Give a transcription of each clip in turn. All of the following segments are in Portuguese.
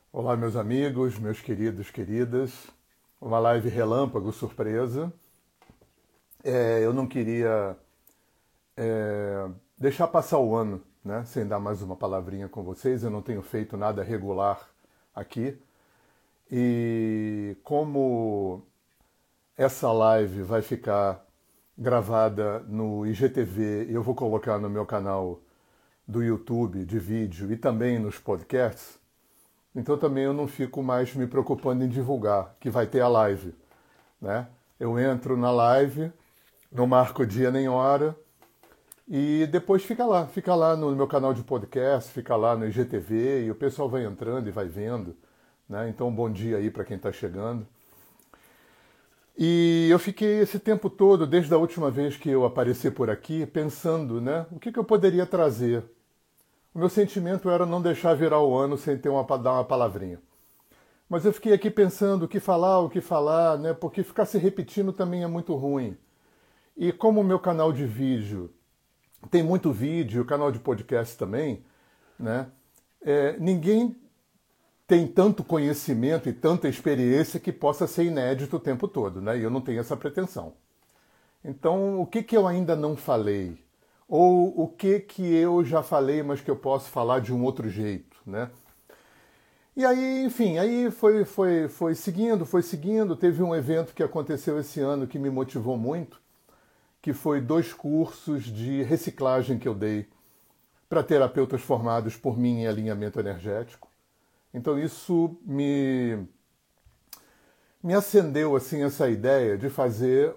Olá, meus amigos, meus queridos, queridas. Uma live relâmpago, surpresa. Eu não queria deixar passar o ano, né, sem dar mais uma palavrinha com vocês. Eu não tenho feito nada regular aqui. E como essa live vai ficar gravada no IGTV e eu vou colocar no meu canal do YouTube de vídeo e também nos podcasts, então também eu não fico mais me preocupando em divulgar, que vai ter a live, né? Eu entro na live, não marco dia nem hora, e depois fica lá no meu canal de podcast, fica lá no IGTV, e o pessoal vai entrando e vai vendo, né? Então bom dia aí para quem está chegando. E eu fiquei esse tempo todo, desde a última vez que eu apareci por aqui, pensando, né? O que eu poderia trazer? O meu sentimento era não deixar virar o ano sem ter dar uma palavrinha. Mas eu fiquei aqui pensando o que falar, né? Porque ficar se repetindo também é muito ruim. E como o meu canal de vídeo tem muito vídeo, o canal de podcast também, né? Ninguém tem tanto conhecimento e tanta experiência que possa ser inédito o tempo todo, né? E eu não tenho essa pretensão. Então, o que eu ainda não falei? Ou o que eu já falei, mas que eu posso falar de um outro jeito, né? E aí, enfim, aí foi seguindo. Teve um evento que aconteceu esse ano que me motivou muito, que foi 2 cursos de reciclagem que eu dei para terapeutas formados por mim em alinhamento energético. Então isso me acendeu assim essa ideia de fazer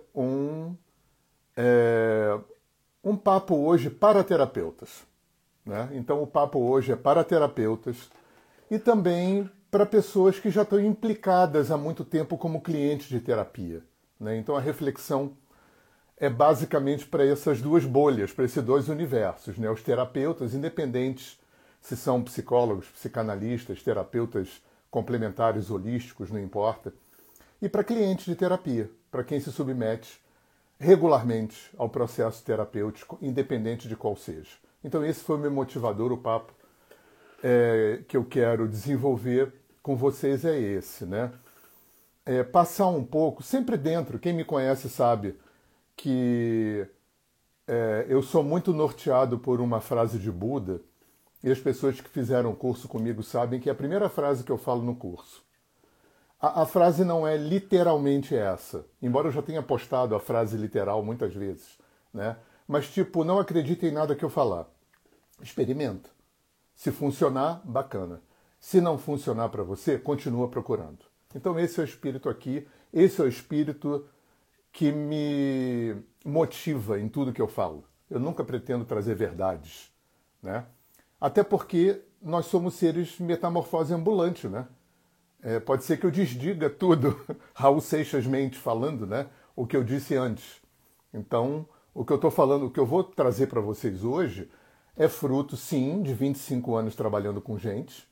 um papo hoje para terapeutas, né? Então o papo hoje é para terapeutas e também para pessoas que já estão implicadas há muito tempo como clientes de terapia, né? Então a reflexão é basicamente para essas 2 bolhas, para esses 2 universos, né? Os terapeutas, independentes se são psicólogos, psicanalistas, terapeutas complementares, holísticos, não importa, e para clientes de terapia, para quem se submete regularmente ao processo terapêutico, independente de qual seja. Então esse foi o meu motivador, o papo que eu quero desenvolver com vocês é esse, né? Passar um pouco, sempre dentro, quem me conhece sabe que eu sou muito norteado por uma frase de Buda, e as pessoas que fizeram o curso comigo sabem que é a primeira frase que eu falo no curso. A frase não é literalmente essa, embora eu já tenha postado a frase literal muitas vezes, né? Mas tipo, não acredite em nada que eu falar. Experimenta. Se funcionar, bacana. Se não funcionar para você, continua procurando. Então esse é o espírito aqui, esse é o espírito que me motiva em tudo que eu falo. Eu nunca pretendo trazer verdades, né? Até porque nós somos seres metamorfose ambulante, né? Pode ser que eu desdiga tudo, Raul Seixas Mendes falando, né? O que eu disse antes. Então, o que eu estou falando, o que eu vou trazer para vocês hoje é fruto, sim, de 25 anos trabalhando com gente.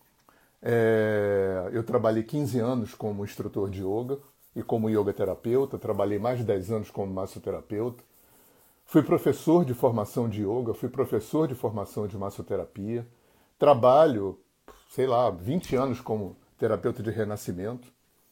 Eu trabalhei 15 anos como instrutor de yoga e como yoga terapeuta, trabalhei mais de 10 anos como massoterapeuta, fui professor de formação de yoga, fui professor de formação de massoterapia, trabalho, sei lá, 20 anos como terapeuta de renascimento.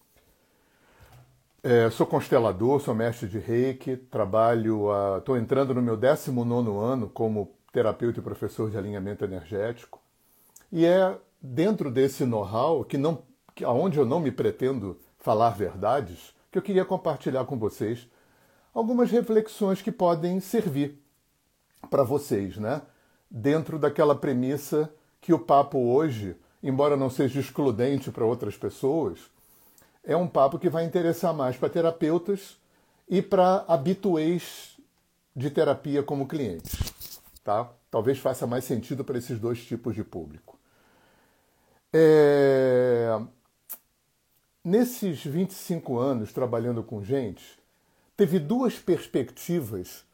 Sou constelador, sou mestre de Reiki, estou entrando no meu 19º ano como terapeuta e professor de alinhamento energético. E é dentro desse know-how, onde eu não me pretendo falar verdades, que eu queria compartilhar com vocês algumas reflexões que podem servir para vocês, né? Dentro daquela premissa que o papo hoje, embora não seja excludente para outras pessoas, é um papo que vai interessar mais para terapeutas e para habituês de terapia como clientes, tá? Talvez faça mais sentido para esses 2 tipos de público. Nesses 25 anos trabalhando com gente, teve 2 perspectivas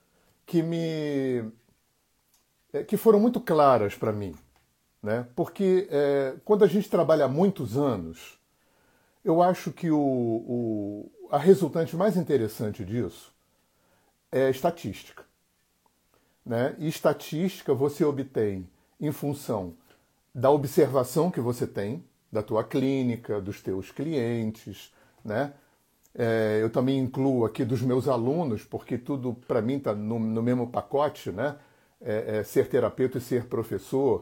que foram muito claras para mim, né? Porque quando a gente trabalha há muitos anos, eu acho que a resultante mais interessante disso é estatística, né? E estatística você obtém em função da observação que você tem, da tua clínica, dos teus clientes, né? Eu também incluo aqui dos meus alunos, porque tudo para mim está no mesmo pacote, né? Ser terapeuta e ser professor,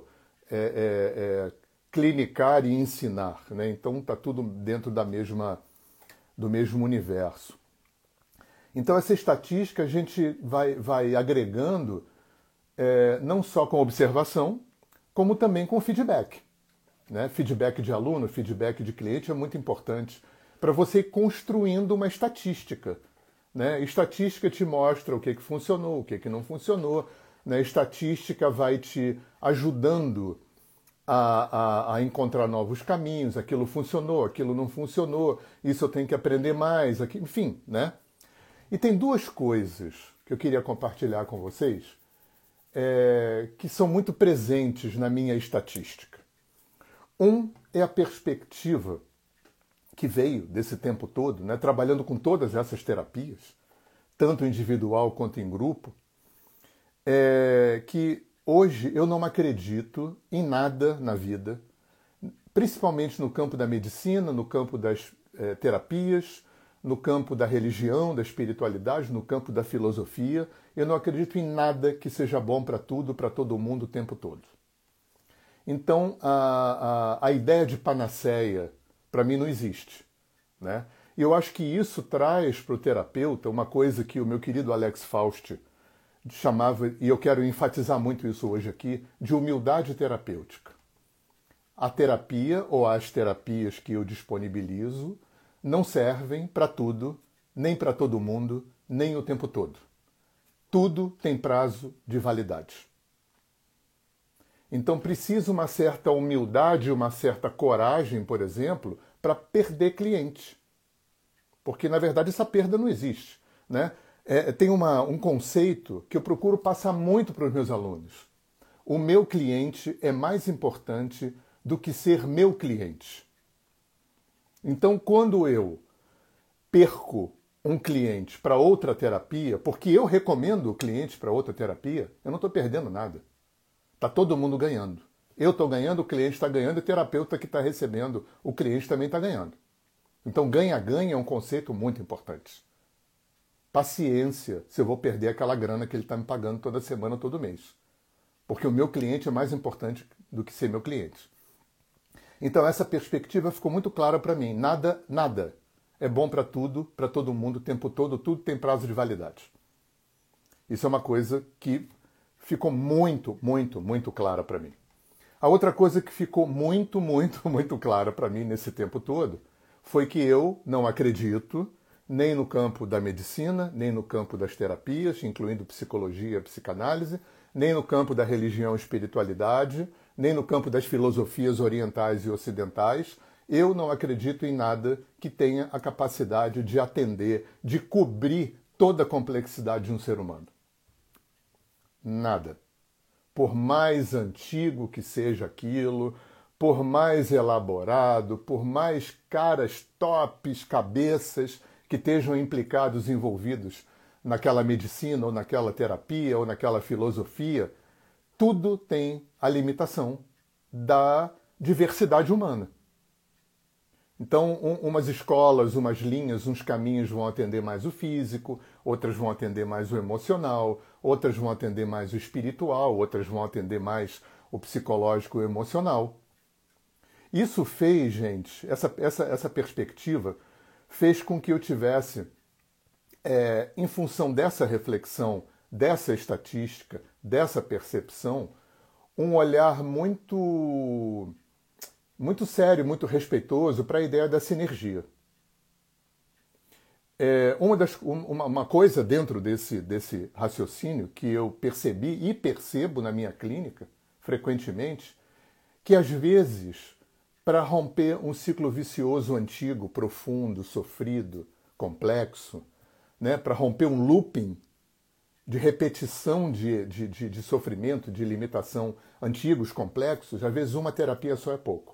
clinicar e ensinar, né? Então está tudo dentro do mesmo universo. Então essa estatística a gente vai agregando não só com observação, como também com feedback, né? Feedback de aluno, feedback de cliente é muito importante para você ir construindo uma estatística, né? Estatística te mostra o que funcionou, o que não funcionou, né? Estatística vai te ajudando a encontrar novos caminhos, aquilo funcionou, aquilo não funcionou, isso eu tenho que aprender mais, enfim, né? E tem duas coisas que eu queria compartilhar com vocês que são muito presentes na minha estatística. Um é a perspectiva que veio desse tempo todo, né, trabalhando com todas essas terapias, tanto individual quanto em grupo, que hoje eu não acredito em nada na vida, principalmente no campo da medicina, no campo das terapias, no campo da religião, da espiritualidade, no campo da filosofia. Eu não acredito em nada que seja bom para tudo, para todo mundo, o tempo todo. Então, a ideia de panaceia, para mim, não existe, né? E eu acho que isso traz para o terapeuta uma coisa que o meu querido Alex Faust chamava, e eu quero enfatizar muito isso hoje aqui, de humildade terapêutica. A terapia ou as terapias que eu disponibilizo não servem para tudo, nem para todo mundo, nem o tempo todo. Tudo tem prazo de validade. Então precisa uma certa humildade, uma certa coragem, por exemplo, para perder cliente. Porque, na verdade, essa perda não existe, né? Tem um conceito que eu procuro passar muito para os meus alunos. O meu cliente é mais importante do que ser meu cliente. Então, quando eu perco um cliente para outra terapia, porque eu recomendo o cliente para outra terapia, eu não estou perdendo nada. Está todo mundo ganhando. Eu estou ganhando, o cliente está ganhando, e o terapeuta que está recebendo, o cliente também está ganhando. Então, ganha-ganha é um conceito muito importante. Paciência se eu vou perder aquela grana que ele está me pagando toda semana, todo mês. Porque o meu cliente é mais importante do que ser meu cliente. Então, essa perspectiva ficou muito clara para mim. Nada é bom para tudo, para todo mundo, o tempo todo, tudo tem prazo de validade. Isso é uma coisa que ficou muito, muito, muito clara para mim. A outra coisa que ficou muito, muito, muito clara para mim nesse tempo todo foi que eu não acredito nem no campo da medicina, nem no campo das terapias, incluindo psicologia, psicanálise, nem no campo da religião e espiritualidade, nem no campo das filosofias orientais e ocidentais. Eu não acredito em nada que tenha a capacidade de atender, de cobrir toda a complexidade de um ser humano. Nada. Por mais antigo que seja aquilo, por mais elaborado, por mais caras, tops, cabeças que estejam implicados, envolvidos naquela medicina, ou naquela terapia, ou naquela filosofia, tudo tem a limitação da diversidade humana. Então, umas escolas, umas linhas, uns caminhos vão atender mais o físico, outras vão atender mais o emocional, outras vão atender mais o espiritual, outras vão atender mais o psicológico e o emocional. Isso fez, gente, essa perspectiva fez com que eu tivesse, em função dessa reflexão, dessa estatística, dessa percepção, um olhar muito sério, muito respeitoso para a ideia da sinergia. Uma coisa dentro desse raciocínio que eu percebi e percebo na minha clínica, frequentemente, que às vezes, para romper um ciclo vicioso antigo, profundo, sofrido, complexo, né, para romper um looping de repetição de sofrimento, de limitação antigos, complexos, às vezes uma terapia só é pouco.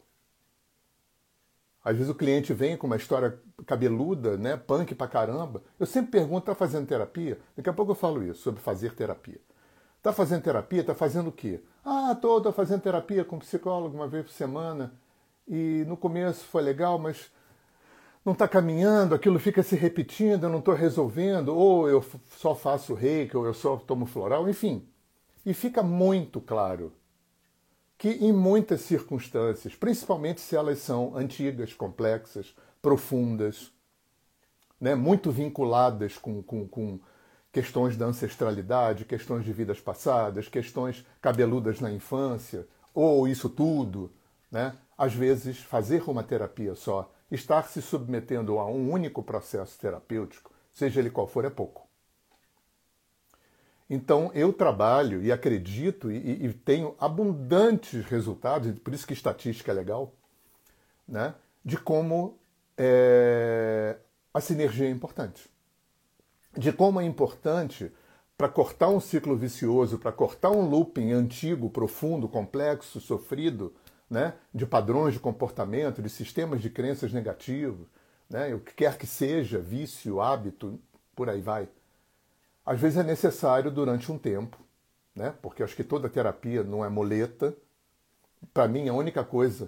Às vezes o cliente vem com uma história cabeluda, né, punk pra caramba. Eu sempre pergunto, tá fazendo terapia? Daqui a pouco eu falo isso, sobre fazer terapia. Tá fazendo terapia? Tá fazendo o quê? Tô fazendo terapia com psicólogo uma vez por semana. e no começo foi legal, mas não está caminhando, aquilo fica se repetindo, eu não estou resolvendo, ou eu só faço reiki, ou eu só tomo floral, enfim. E fica muito claro que em muitas circunstâncias, principalmente se elas são antigas, complexas, profundas, né, muito vinculadas com questões da ancestralidade, questões de vidas passadas, questões cabeludas na infância, ou isso tudo, né? Às vezes, fazer uma terapia só, estar se submetendo a um único processo terapêutico, seja ele qual for, é pouco. Então, eu trabalho e acredito e tenho abundantes resultados, por isso que estatística é legal, né? De como a sinergia é importante. De como é importante para cortar um ciclo vicioso, para cortar um looping antigo, profundo, complexo, sofrido, né, de padrões de comportamento, de sistemas de crenças negativos, né, o que quer que seja, vício, hábito, por aí vai. Às vezes é necessário durante um tempo, né, porque acho que toda terapia não é muleta. Para mim, a única coisa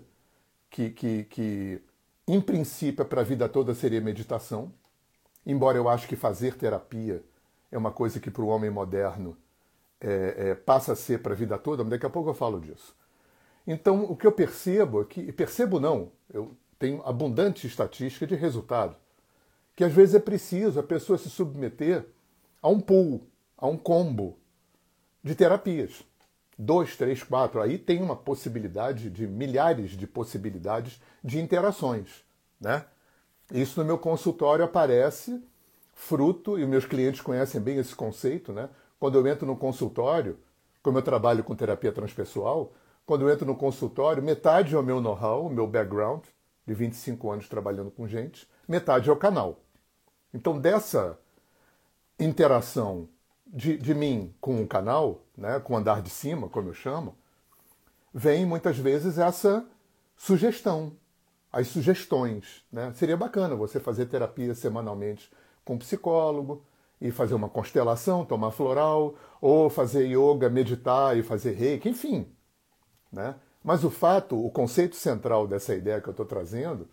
que em princípio, para a vida toda seria meditação, embora eu acho que fazer terapia é uma coisa que para o homem moderno passa a ser para a vida toda, mas daqui a pouco eu falo disso. Então, o que eu percebo é que, percebo não, eu tenho abundante estatística de resultado, que às vezes é preciso a pessoa se submeter a um pool, a um combo de terapias. 2, 3, 4, aí tem uma possibilidade de milhares de possibilidades de interações, né? Isso no meu consultório aparece fruto, e meus clientes conhecem bem esse conceito, né? Quando eu entro no consultório, como eu trabalho com terapia transpessoal, quando eu entro no consultório, metade é o meu know-how, o meu background, de 25 anos trabalhando com gente, metade é o canal. Então, dessa interação de mim com o canal, né, com o andar de cima, como eu chamo, vem muitas vezes essa sugestão, as sugestões. Né? Seria bacana você fazer terapia semanalmente com um psicólogo e fazer uma constelação, tomar floral, ou fazer yoga, meditar e fazer reiki, enfim. Né? Mas o fato, o conceito central dessa ideia que eu estou trazendo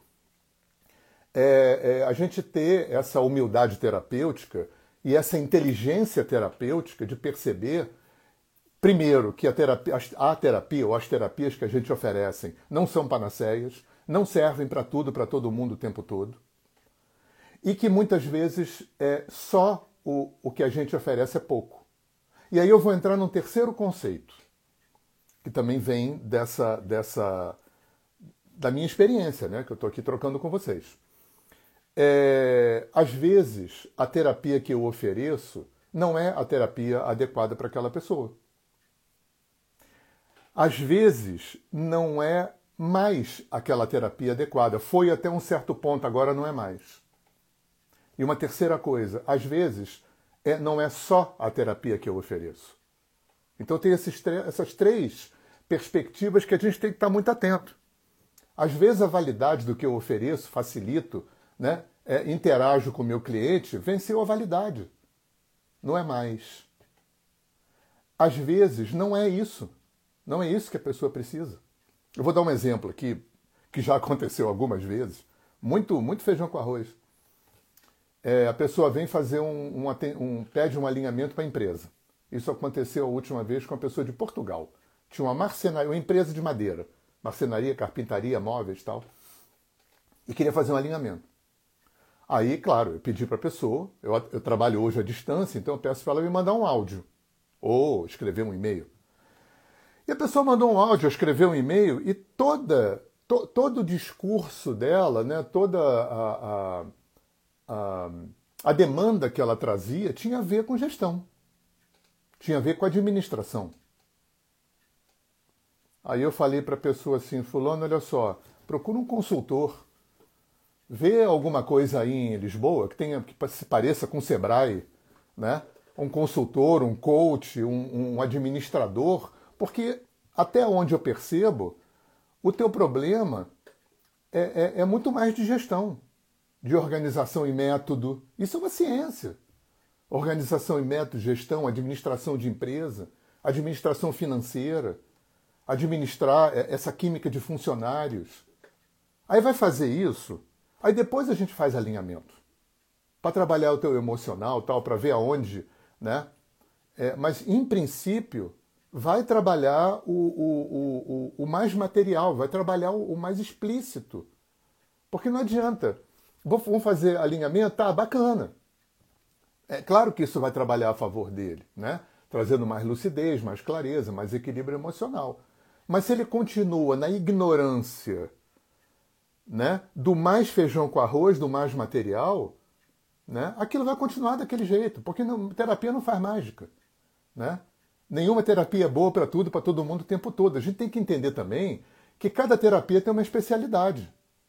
é a gente ter essa humildade terapêutica e essa inteligência terapêutica de perceber, primeiro, que a terapia ou as terapias que a gente oferece não são panaceias, não servem para tudo, para todo mundo o tempo todo, e que muitas vezes só o que a gente oferece é pouco. E aí eu vou entrar num terceiro conceito, que também vem da minha experiência, né, que eu estou aqui trocando com vocês. Às vezes, a terapia que eu ofereço não é a terapia adequada para aquela pessoa. Às vezes, não é mais aquela terapia adequada. Foi até um certo ponto, agora não é mais. E uma terceira coisa, às vezes, não é só a terapia que eu ofereço. Então tem essas três perspectivas que a gente tem que estar muito atento. Às vezes a validade do que eu ofereço, facilito, né, interajo com o meu cliente, venceu a validade. Não é mais. Às vezes não é isso. Não é isso que a pessoa precisa. Eu vou dar um exemplo aqui, que já aconteceu algumas vezes. Muito feijão com arroz. A pessoa vem fazer pede um alinhamento para a empresa. Isso aconteceu a última vez com uma pessoa de Portugal. Tinha uma empresa de madeira, marcenaria, carpintaria, móveis e tal, e queria fazer um alinhamento. Aí, claro, eu pedi para a pessoa, eu trabalho hoje à distância, então eu peço para ela me mandar um áudio, ou escrever um e-mail. E a pessoa mandou um áudio, escreveu um e-mail, e todo o discurso dela, né, toda a demanda que ela trazia tinha a ver com gestão. Tinha a ver com administração. Aí eu falei para a pessoa assim, fulano, olha só, procura um consultor. Vê alguma coisa aí em Lisboa que se pareça com o Sebrae, né? Um consultor, um coach, um administrador, porque até onde eu percebo, o teu problema é muito mais de gestão, de organização e método. Isso é uma ciência. Organização e método, gestão, administração de empresa, administração financeira, administrar essa química de funcionários, Aí vai fazer isso, aí depois a gente faz alinhamento. Para trabalhar o teu emocional, tal, para ver aonde, né? Mas, em princípio, vai trabalhar o mais material, vai trabalhar o mais explícito. Porque não adianta. Vamos fazer alinhamento? Tá, bacana. É claro que isso vai trabalhar a favor dele, né? Trazendo mais lucidez, mais clareza, mais equilíbrio emocional. Mas se ele continua na ignorância, né, do mais feijão com arroz, do mais material, né, aquilo vai continuar daquele jeito, porque terapia não faz mágica. Né? Nenhuma terapia é boa para tudo, para todo mundo o tempo todo. A gente tem que entender também que cada terapia tem uma especialidade.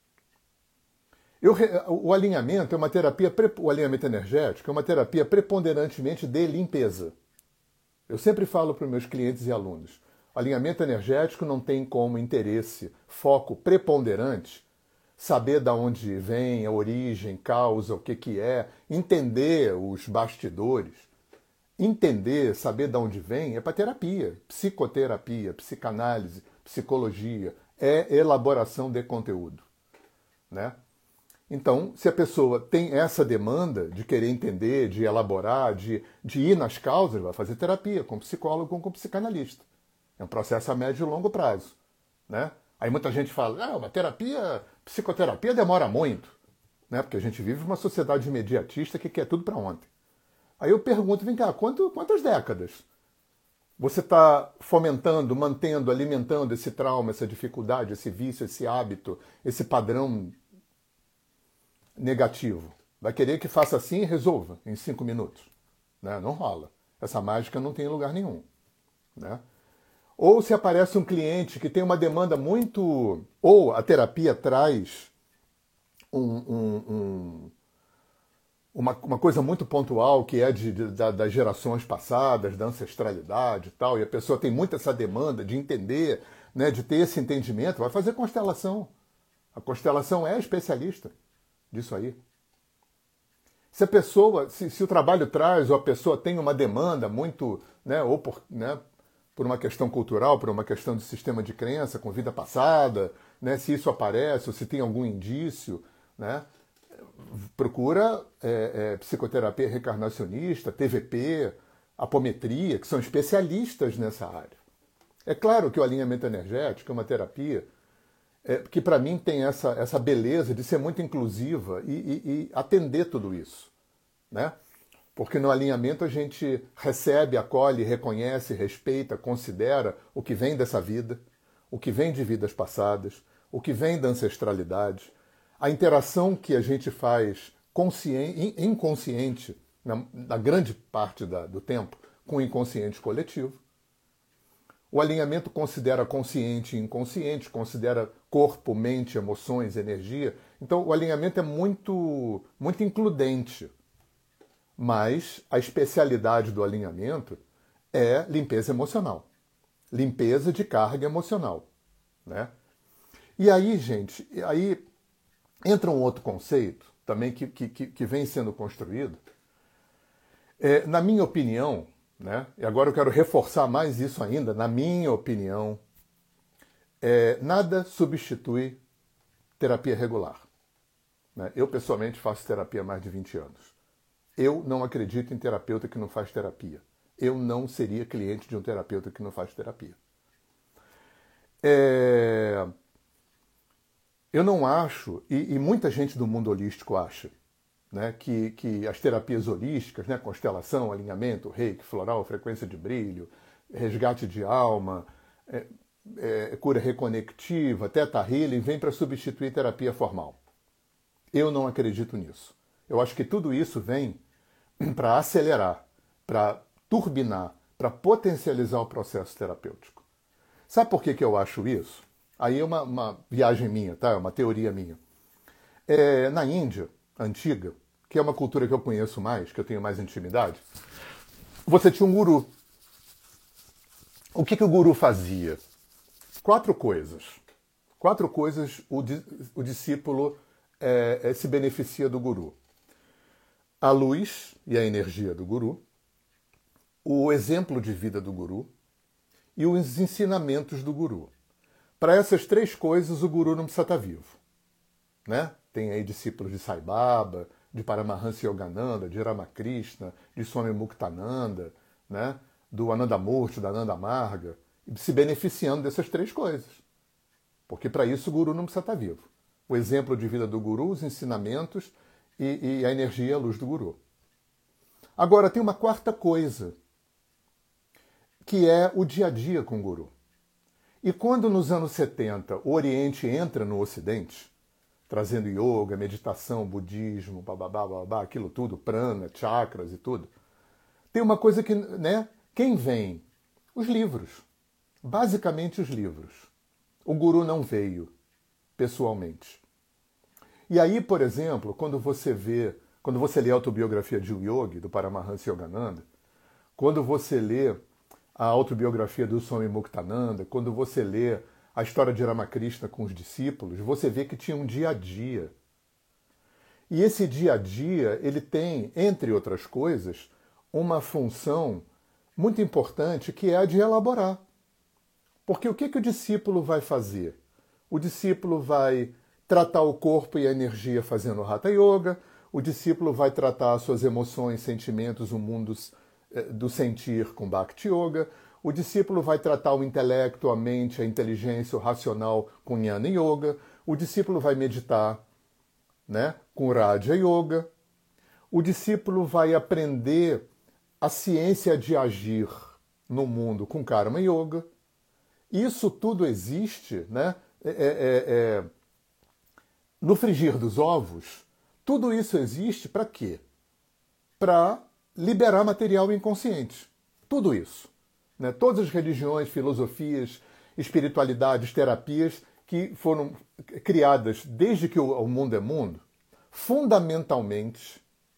O alinhamento é uma terapia, o alinhamento energético é uma terapia preponderantemente de limpeza. Eu sempre falo para os meus clientes e alunos, o alinhamento energético não tem como interesse, foco preponderante, saber de onde vem, a origem, causa, o que é, entender os bastidores. Entender, saber de onde vem, é para terapia, psicoterapia, psicanálise, psicologia, é elaboração de conteúdo. Né? Então, se a pessoa tem essa demanda de querer entender, de elaborar, de ir nas causas, vai fazer terapia com psicólogo ou com psicanalista. É um processo a médio e longo prazo. Né? Aí muita gente fala, uma terapia, psicoterapia demora muito. Né? Porque a gente vive uma sociedade imediatista que quer tudo para ontem. Aí eu pergunto, vem cá, quantas décadas você está fomentando, mantendo, alimentando esse trauma, essa dificuldade, esse vício, esse hábito, esse padrão negativo? Vai querer que faça assim e resolva em 5 minutos? Né? Não rola. Essa mágica não tem lugar nenhum. Né? Ou se aparece um cliente que tem uma demanda muito... Ou a terapia traz uma coisa muito pontual que é das gerações passadas, da ancestralidade e tal, e a pessoa tem muito essa demanda de entender, né, de ter esse entendimento, vai fazer constelação. A constelação é especialista disso aí. Se a pessoa, se o trabalho traz, ou a pessoa tem uma demanda muito, né, ou por uma questão cultural, por uma questão de sistema de crença com vida passada, né, se isso aparece, ou se tem algum indício, né, procura psicoterapia reencarnacionista, TVP, apometria, que são especialistas nessa área. É claro que o alinhamento energético é uma terapia que para mim tem essa beleza de ser muito inclusiva e atender tudo isso. Né? Porque no alinhamento a gente recebe, acolhe, reconhece, respeita, considera o que vem dessa vida, o que vem de vidas passadas, o que vem da ancestralidade, a interação que a gente faz inconsciente, na grande parte do tempo, com o inconsciente coletivo. O alinhamento considera consciente e inconsciente, considera corpo, mente, emoções, energia. Então, o alinhamento é muito, muito includente. Mas a especialidade do alinhamento é limpeza emocional. Limpeza de carga emocional. Né? E aí, gente, entra um outro conceito também que vem sendo construído. Na minha opinião, né, e agora eu quero reforçar mais isso ainda, na minha opinião, nada substitui terapia regular. Né? Eu, pessoalmente, faço terapia há mais de 20 anos. Eu não acredito em terapeuta que não faz terapia. Eu não seria cliente de um terapeuta que não faz terapia. Eu não acho, e muita gente do mundo holístico acha, né, que as terapias holísticas, né, constelação, alinhamento, reiki, floral, frequência de brilho, resgate de alma, cura reconectiva, teta healing, vem para substituir terapia formal. Eu não acredito nisso. Eu acho que tudo isso vem para acelerar, para turbinar, para potencializar o processo terapêutico. Sabe por que eu acho isso? Aí é uma viagem minha, tá? É uma teoria minha. Na Índia antiga, que é uma cultura que eu conheço mais, que eu tenho mais intimidade, você tinha um guru. O que o guru fazia? 4 coisas. 4 coisas o discípulo se beneficia do guru. A luz e a energia do guru, o exemplo de vida do guru e os ensinamentos do guru. Para essas 3 coisas, o guru não precisa estar vivo. né? Tem aí discípulos de Sai Baba, de Paramahansa Yogananda, de Ramakrishna, de Swami Muktananda, né? Do Anandamurti, da Ananda Marga, se beneficiando dessas três coisas. Porque para isso o guru não precisa estar vivo. O exemplo de vida do guru, os ensinamentos e a energia e a luz do guru. Agora, tem uma quarta coisa, que é o dia a dia com o guru. E quando nos anos 70 o Oriente entra no Ocidente, trazendo yoga, meditação, budismo, bababá, babá, aquilo tudo, prana, chakras e tudo, tem uma coisa que, né? Quem vem? Os livros. Basicamente os livros. O guru não veio pessoalmente. E aí, por exemplo, quando você lê a autobiografia de um yogi, do Paramahansa Yogananda, quando você lê a autobiografia do Swami Muktananda, quando você lê a história de Ramakrishna com os discípulos, você vê que tinha um dia a dia. E esse dia a dia, ele tem, entre outras coisas, uma função muito importante que é a de elaborar. Porque o que o discípulo vai fazer? O discípulo vai tratar o corpo e a energia fazendo Hatha Yoga, o discípulo vai tratar as suas emoções, sentimentos, o mundo do sentir com Bhakti Yoga, o discípulo vai tratar o intelecto, a mente, a inteligência, o racional com Jnana Yoga, o discípulo vai meditar, né, com Raja Yoga, o discípulo vai aprender a ciência de agir no mundo com Karma Yoga. Isso tudo existe, né? No frigir dos ovos, tudo isso existe para quê? Para liberar material inconsciente. Tudo isso. Né? Todas as religiões, filosofias, espiritualidades, terapias que foram criadas desde que o mundo é mundo, fundamentalmente,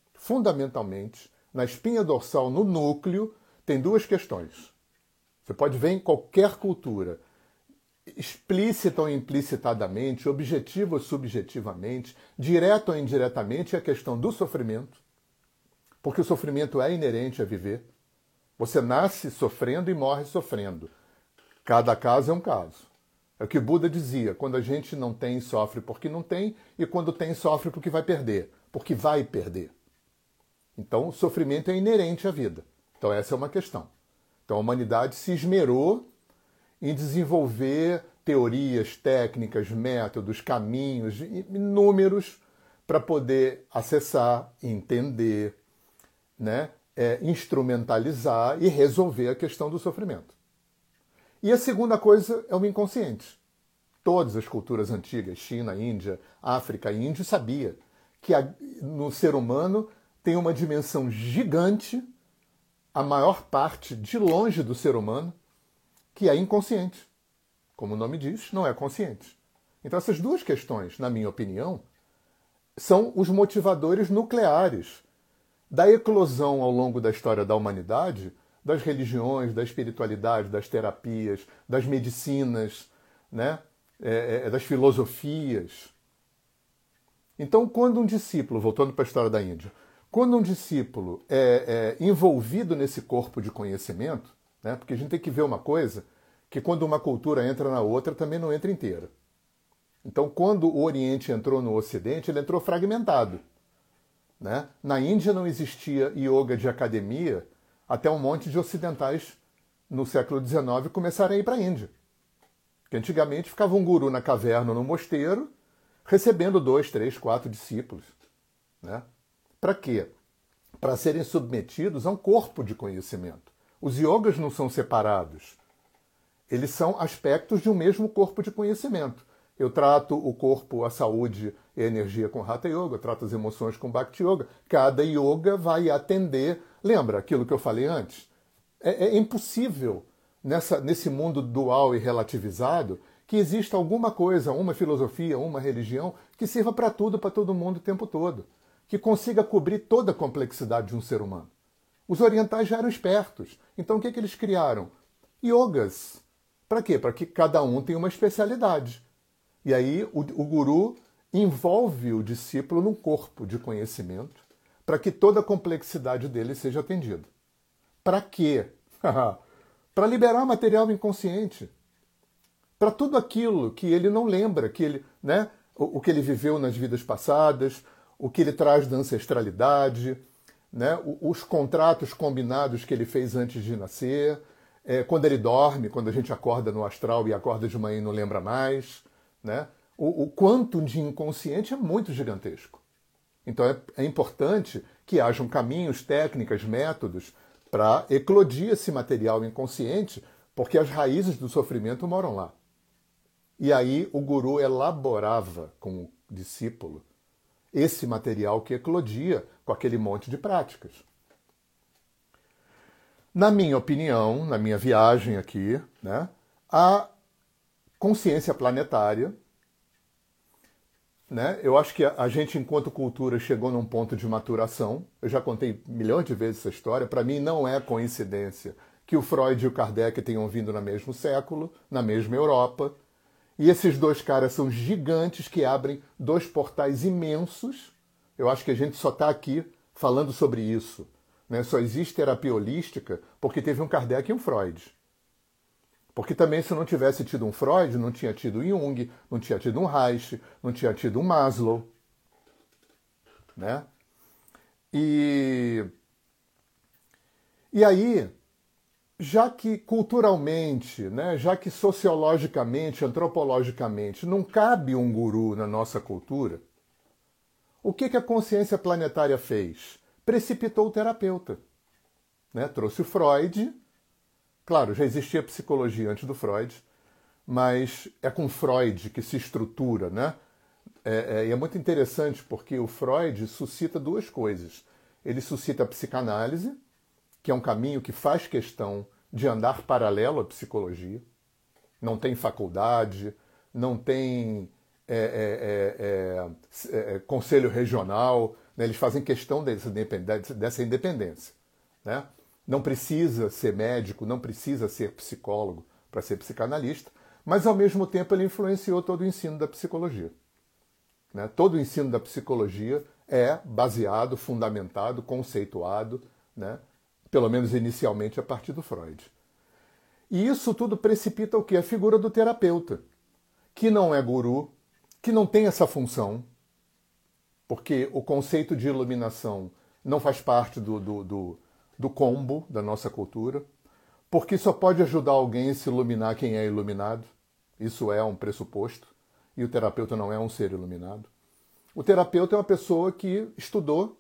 na espinha dorsal, no núcleo, tem duas questões. Você pode ver em qualquer cultura, explícita ou implicitadamente, objetiva ou subjetivamente, direto ou indiretamente, é a questão do sofrimento, porque o sofrimento é inerente a viver. Você nasce sofrendo e morre sofrendo. Cada caso é um caso. É o que Buda dizia, quando a gente não tem, sofre porque não tem, e quando tem, sofre porque vai perder, porque vai perder. Então, o sofrimento é inerente à vida. Então, essa é uma questão. Então, a humanidade se esmerou em desenvolver teorias, técnicas, métodos, caminhos inúmeros para poder acessar, entender, né, instrumentalizar e resolver a questão do sofrimento. E a segunda coisa é o inconsciente. Todas as culturas antigas, China, Índia, África e Índia, sabia que no ser humano tem uma dimensão gigante, a maior parte de longe do ser humano, que é inconsciente. Como o nome diz, não é consciente. Então essas duas questões, na minha opinião, são os motivadores nucleares da eclosão ao longo da história da humanidade, das religiões, da espiritualidade, das terapias, das medicinas, né? Das filosofias. Então, quando um discípulo, voltando para a história da Índia, quando um discípulo é envolvido nesse corpo de conhecimento, né? Porque a gente tem que ver uma coisa, que quando uma cultura entra na outra, também não entra inteira. Então, quando o Oriente entrou no Ocidente, ele entrou fragmentado. Né? Na Índia não existia yoga de academia até um monte de ocidentais no século XIX começarem a ir para a Índia. Porque antigamente ficava um guru na caverna, no mosteiro, recebendo 2, 3, 4 discípulos. Né? Para quê? Para serem submetidos a um corpo de conhecimento. Os yogas não são separados. Eles são aspectos de um mesmo corpo de conhecimento. Eu trato o corpo, a saúde e a energia com Hatha Yoga, eu trato as emoções com Bhakti Yoga. Cada yoga vai atender. Lembra aquilo que eu falei antes? É impossível, nesse mundo dual e relativizado, que exista alguma coisa, uma filosofia, uma religião, que sirva para tudo, para todo mundo o tempo todo. Que consiga cobrir toda a complexidade de um ser humano. Os orientais já eram espertos. Então o que eles criaram? Yogas. Para quê? Para que cada um tenha uma especialidade. E aí o guru envolve o discípulo num corpo de conhecimento para que toda a complexidade dele seja atendida. Para quê? Para liberar material inconsciente. Para tudo aquilo que ele não lembra, que ele, né? o que ele viveu nas vidas passadas, o que ele traz da ancestralidade, né? Os contratos combinados que ele fez antes de nascer, quando ele dorme, quando a gente acorda no astral e acorda de manhã e não lembra mais, né? O quanto de inconsciente é muito gigantesco. Então é importante que hajam caminhos, técnicas, métodos para eclodir esse material inconsciente, porque as raízes do sofrimento moram lá. E aí o guru elaborava com o discípulo esse material que eclodia com aquele monte de práticas. Na minha opinião, na minha viagem aqui, né, a consciência planetária, né, eu acho que a gente, enquanto cultura, chegou num ponto de maturação. Eu já contei milhões de vezes essa história. Para mim, não é coincidência que o Freud e o Kardec tenham vindo no mesmo século, na mesma Europa. E esses dois caras são gigantes que abrem dois portais imensos. Eu acho que a gente só está aqui falando sobre isso, né? Só existe terapia holística porque teve um Kardec e um Freud. Porque também, se não tivesse tido um Freud, não tinha tido Jung, não tinha tido um Reich, não tinha tido um Maslow, né? E aí, já que culturalmente, né, já que sociologicamente, antropologicamente, não cabe um guru na nossa cultura, o que a consciência planetária fez? Precipitou o terapeuta, né? Trouxe o Freud. Claro, já existia psicologia antes do Freud, mas é com Freud que se estrutura, né? E é muito interessante porque o Freud suscita duas coisas. Ele suscita a psicanálise, que é um caminho que faz questão de andar paralelo à psicologia. Não tem faculdade, não tem conselho regional, né? Eles fazem questão dessa independência, né? Não precisa ser médico, não precisa ser psicólogo para ser psicanalista, mas ao mesmo tempo ele influenciou todo o ensino da psicologia, né? Todo o ensino da psicologia é baseado, fundamentado, conceituado, né? Pelo menos inicialmente a partir do Freud. E isso tudo precipita o quê? A figura do terapeuta, que não é guru, que não tem essa função, porque o conceito de iluminação não faz parte do combo da nossa cultura, porque só pode ajudar alguém a se iluminar quem é iluminado. Isso é um pressuposto, e o terapeuta não é um ser iluminado. O terapeuta é uma pessoa que estudou,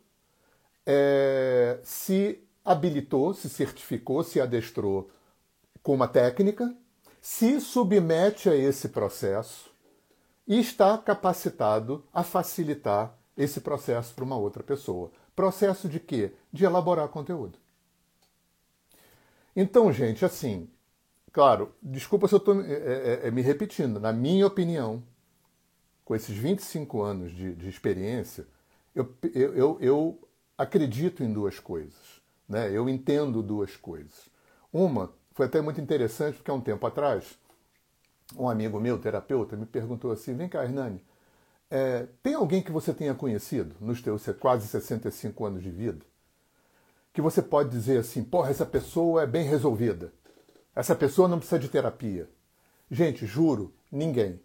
se habilitou, se certificou, se adestrou com uma técnica, se submete a esse processo e está capacitado a facilitar esse processo para uma outra pessoa. Processo de quê? De elaborar conteúdo. Então, gente, assim, claro, desculpa se eu estou me repetindo, na minha opinião, com esses 25 anos de experiência, eu acredito em duas coisas, né? Eu entendo duas coisas. Uma, foi até muito interessante, porque há um tempo atrás, um amigo meu, terapeuta, me perguntou assim, vem cá, Hernani, tem alguém que você tenha conhecido nos teus quase 65 anos de vida, que você pode dizer assim, porra, essa pessoa é bem resolvida, essa pessoa não precisa de terapia? Gente, juro, ninguém.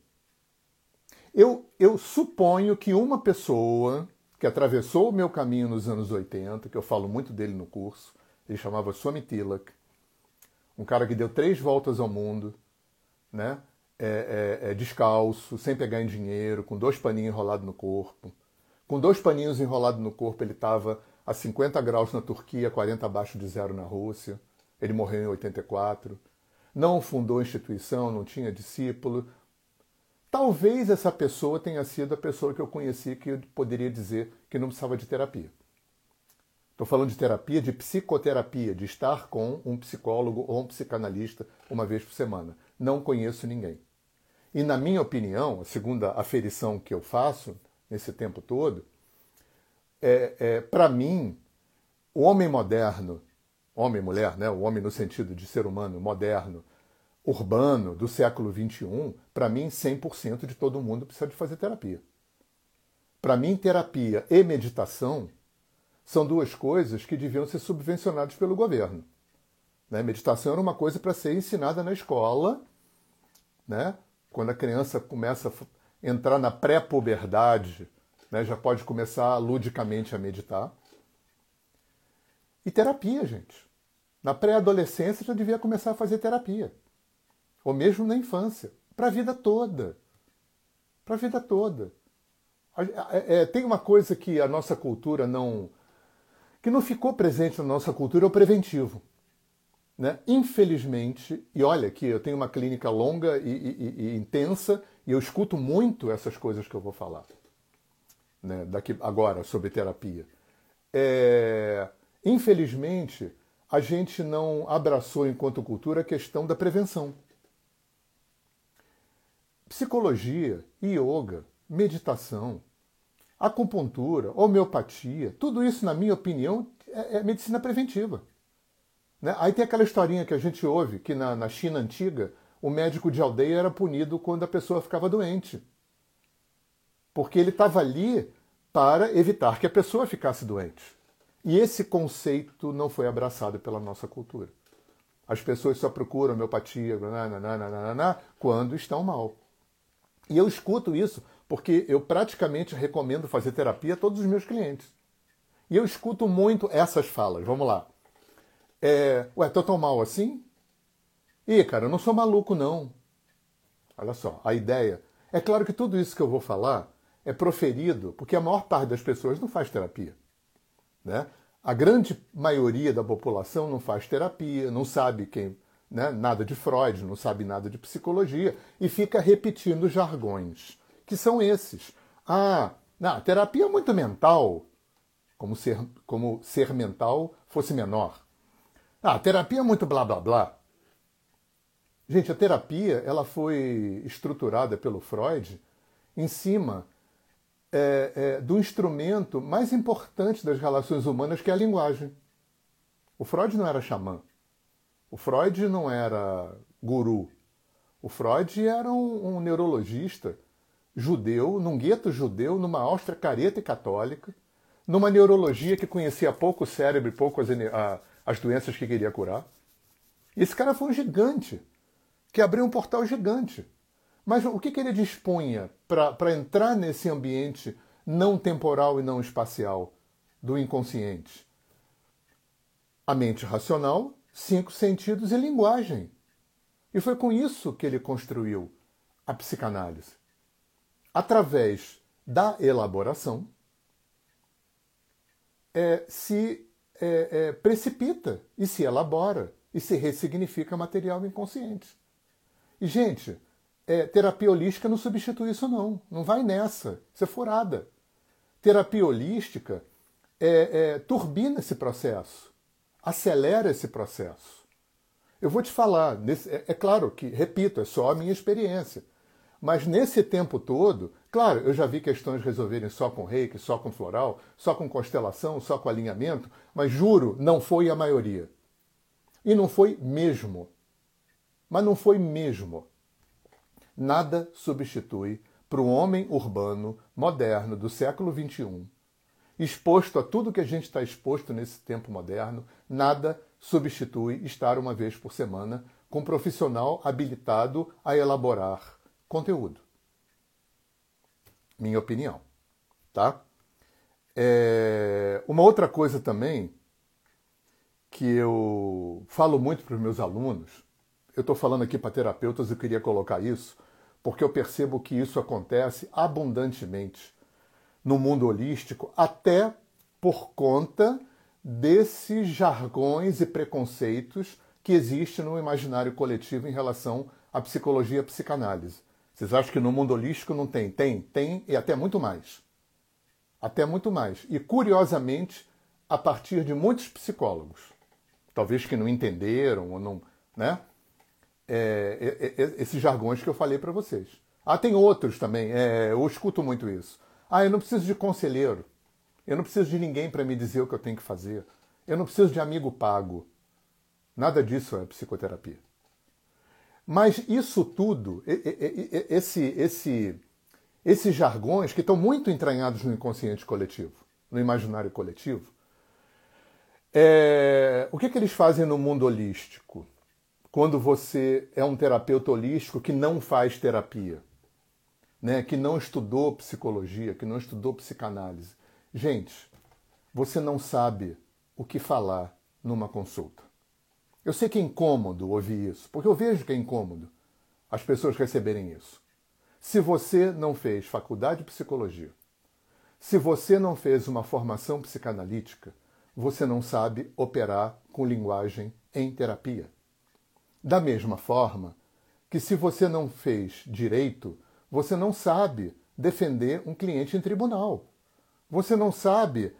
Eu suponho que uma pessoa que atravessou o meu caminho nos anos 80, que eu falo muito dele no curso, ele chamava Swami Tilak, um cara que deu 3 voltas ao mundo, né? Descalço, sem pegar em dinheiro, com 2 paninhos enrolados no corpo. Com 2 paninhos enrolados no corpo, ele estava a 50 graus na Turquia, 40 abaixo de zero na Rússia. Ele morreu em 84. Não fundou instituição, não tinha discípulo. Talvez essa pessoa tenha sido a pessoa que eu conheci que eu poderia dizer que não precisava de terapia. Estou falando de terapia, de psicoterapia, de estar com um psicólogo ou um psicanalista uma vez por semana. Não conheço ninguém. E na minha opinião, a segunda aferição que eu faço nesse tempo todo, para mim, o homem moderno, homem e mulher, né? O homem no sentido de ser humano moderno, urbano, do século XXI, para mim, 100% de todo mundo precisa de fazer terapia. Para mim, terapia e meditação são duas coisas que deviam ser subvencionadas pelo governo. Né? Meditação era uma coisa para ser ensinada na escola, né? Quando a criança começa entrar na pré-puberdade, né, já pode começar ludicamente a meditar. E terapia, gente. Na pré-adolescência já devia começar a fazer terapia. Ou mesmo na infância. Para a vida toda. Para a vida toda. Tem uma coisa que a nossa cultura não... que não ficou presente na nossa cultura, é o preventivo. Né? Infelizmente, e olha que eu tenho uma clínica longa e intensa, e eu escuto muito essas coisas que eu vou falar, né? Daqui agora sobre terapia. Infelizmente, a gente não abraçou enquanto cultura a questão da prevenção. Psicologia, yoga, meditação, acupuntura, homeopatia, tudo isso, na minha opinião, é medicina preventiva. Né? Aí tem aquela historinha que a gente ouve, que na China antiga, o médico de aldeia era punido quando a pessoa ficava doente. Porque ele estava ali para evitar que a pessoa ficasse doente. E esse conceito não foi abraçado pela nossa cultura. As pessoas só procuram homeopatia quando estão mal. E eu escuto isso porque eu praticamente recomendo fazer terapia a todos os meus clientes. E eu escuto muito essas falas. Vamos lá. Tô tão mal assim? Ih, cara, eu não sou maluco, não. Olha só, a ideia... É claro que tudo isso que eu vou falar é proferido porque a maior parte das pessoas não faz terapia. Né? A grande maioria da população não faz terapia, não sabe nada de Freud, não sabe nada de psicologia e fica repetindo jargões, que são esses. Terapia é muito mental, como ser mental fosse menor. Terapia é muito blá blá blá. Gente, a terapia ela foi estruturada pelo Freud em cima do instrumento mais importante das relações humanas, que é a linguagem. O Freud não era xamã. O Freud não era guru. O Freud era um neurologista judeu, num gueto judeu, numa Áustria careta e católica, numa neurologia que conhecia pouco o cérebro e pouco as doenças que queria curar. E esse cara foi um gigante, que abriu um portal gigante. Mas o que ele dispunha para entrar nesse ambiente não temporal e não espacial do inconsciente? A mente racional, 5 sentidos e linguagem. E foi com isso que ele construiu a psicanálise. Através da elaboração, se precipita e se elabora e se ressignifica material inconsciente. E, gente, terapia holística não substitui isso, não. Não vai nessa. Isso é furada. Terapia holística turbina esse processo, acelera esse processo. Eu vou te falar, é claro que, repito, é só a minha experiência. Mas nesse tempo todo, claro, eu já vi questões resolverem só com reiki, só com floral, só com constelação, só com alinhamento, mas juro, não foi a maioria. E não foi mesmo. Mas não foi mesmo. Nada substitui para o homem urbano, moderno, do século XXI, exposto a tudo que a gente está exposto nesse tempo moderno, nada substitui estar uma vez por semana com um profissional habilitado a elaborar conteúdo. Minha opinião. Tá? Uma outra coisa também que eu falo muito para os meus alunos, eu estou falando aqui para terapeutas, eu queria colocar isso, porque eu percebo que isso acontece abundantemente no mundo holístico, até por conta desses jargões e preconceitos que existem no imaginário coletivo em relação à psicologia e à psicanálise. Vocês acham que no mundo holístico não tem? Tem e até muito mais. Até muito mais. E, curiosamente, a partir de muitos psicólogos, talvez que não entenderam ou não... né? Esses jargões que eu falei para vocês. Tem outros também, eu escuto muito isso. Eu não preciso de conselheiro, eu não preciso de ninguém para me dizer o que eu tenho que fazer, eu não preciso de amigo pago. Nada disso é psicoterapia. Mas isso tudo, esses jargões que estão muito entranhados no inconsciente coletivo, no imaginário coletivo, o que eles fazem no mundo holístico? Quando você é um terapeuta holístico que não faz terapia. né, que não estudou psicologia, que não estudou psicanálise. Gente, você não sabe o que falar numa consulta. Eu sei que é incômodo ouvir isso, porque eu vejo que é incômodo as pessoas receberem isso. Se você não fez faculdade de psicologia, se você não fez uma formação psicanalítica, você não sabe operar com linguagem em terapia. Da mesma forma que se você não fez direito, você não sabe defender um cliente em tribunal. Você não sabe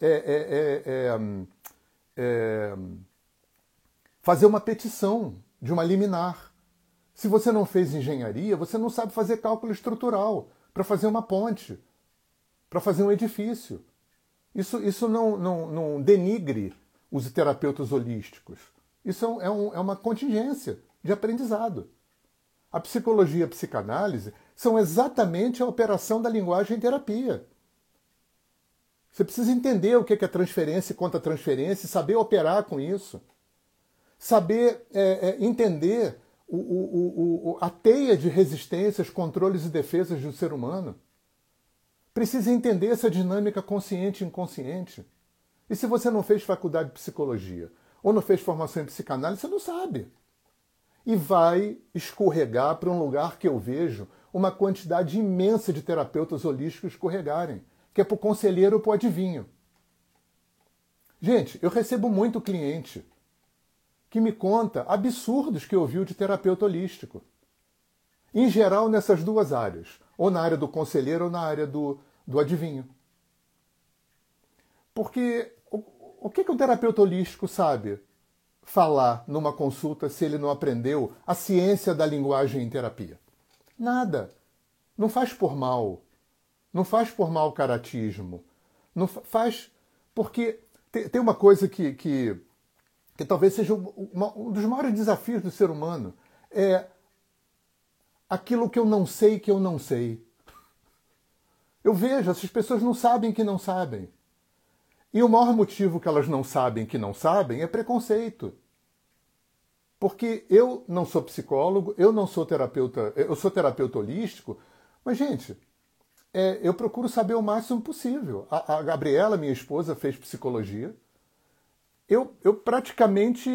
fazer uma petição de uma liminar. Se você não fez engenharia, você não sabe fazer cálculo estrutural para fazer uma ponte, para fazer um edifício. Isso não denigre os terapeutas holísticos. Isso é uma contingência de aprendizado. A psicologia e a psicanálise são exatamente a operação da linguagem em terapia. Você precisa entender o que é transferência e contra-transferência e saber operar com isso. Saber entender a teia de resistências, controles e defesas do ser humano. Precisa entender essa dinâmica consciente e inconsciente. E se você não fez faculdade de psicologia ou não fez formação em psicanálise, você não sabe. E vai escorregar para um lugar que eu vejo uma quantidade imensa de terapeutas holísticos escorregarem, que é para o conselheiro ou para o adivinho. Gente, eu recebo muito cliente que me conta absurdos que ouviu de terapeuta holístico. Em geral, nessas duas áreas. Ou na área do conselheiro ou na área do adivinho. Porque o que um terapeuta holístico sabe falar numa consulta se ele não aprendeu a ciência da linguagem em terapia? Nada. Não faz por mal. Não faz por mau caratismo. Não faz porque tem uma coisa que talvez seja um dos maiores desafios do ser humano. É aquilo que eu não sei que eu não sei. Eu vejo, essas pessoas não sabem que não sabem. E o maior motivo que elas não sabem que não sabem é preconceito. Porque eu não sou psicólogo, eu não sou terapeuta, eu sou terapeuta holístico, mas, gente, eu procuro saber o máximo possível. A Gabriela, minha esposa, fez psicologia. Eu praticamente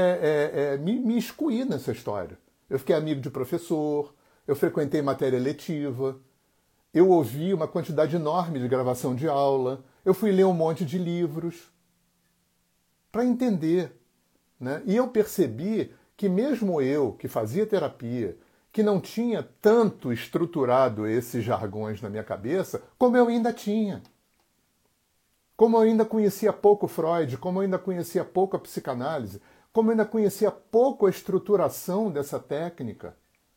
me excluí nessa história. Eu fiquei amigo de professor, eu frequentei matéria letiva, eu ouvi uma quantidade enorme de gravação de aula, eu fui ler um monte de livros para entender. Né? E eu percebi que mesmo eu, que fazia terapia, que não tinha tanto estruturado esses jargões na minha cabeça, como eu ainda tinha. Como eu ainda conhecia pouco Freud, como eu ainda conhecia pouco a psicanálise, como eu ainda conhecia pouco a estruturação dessa técnica.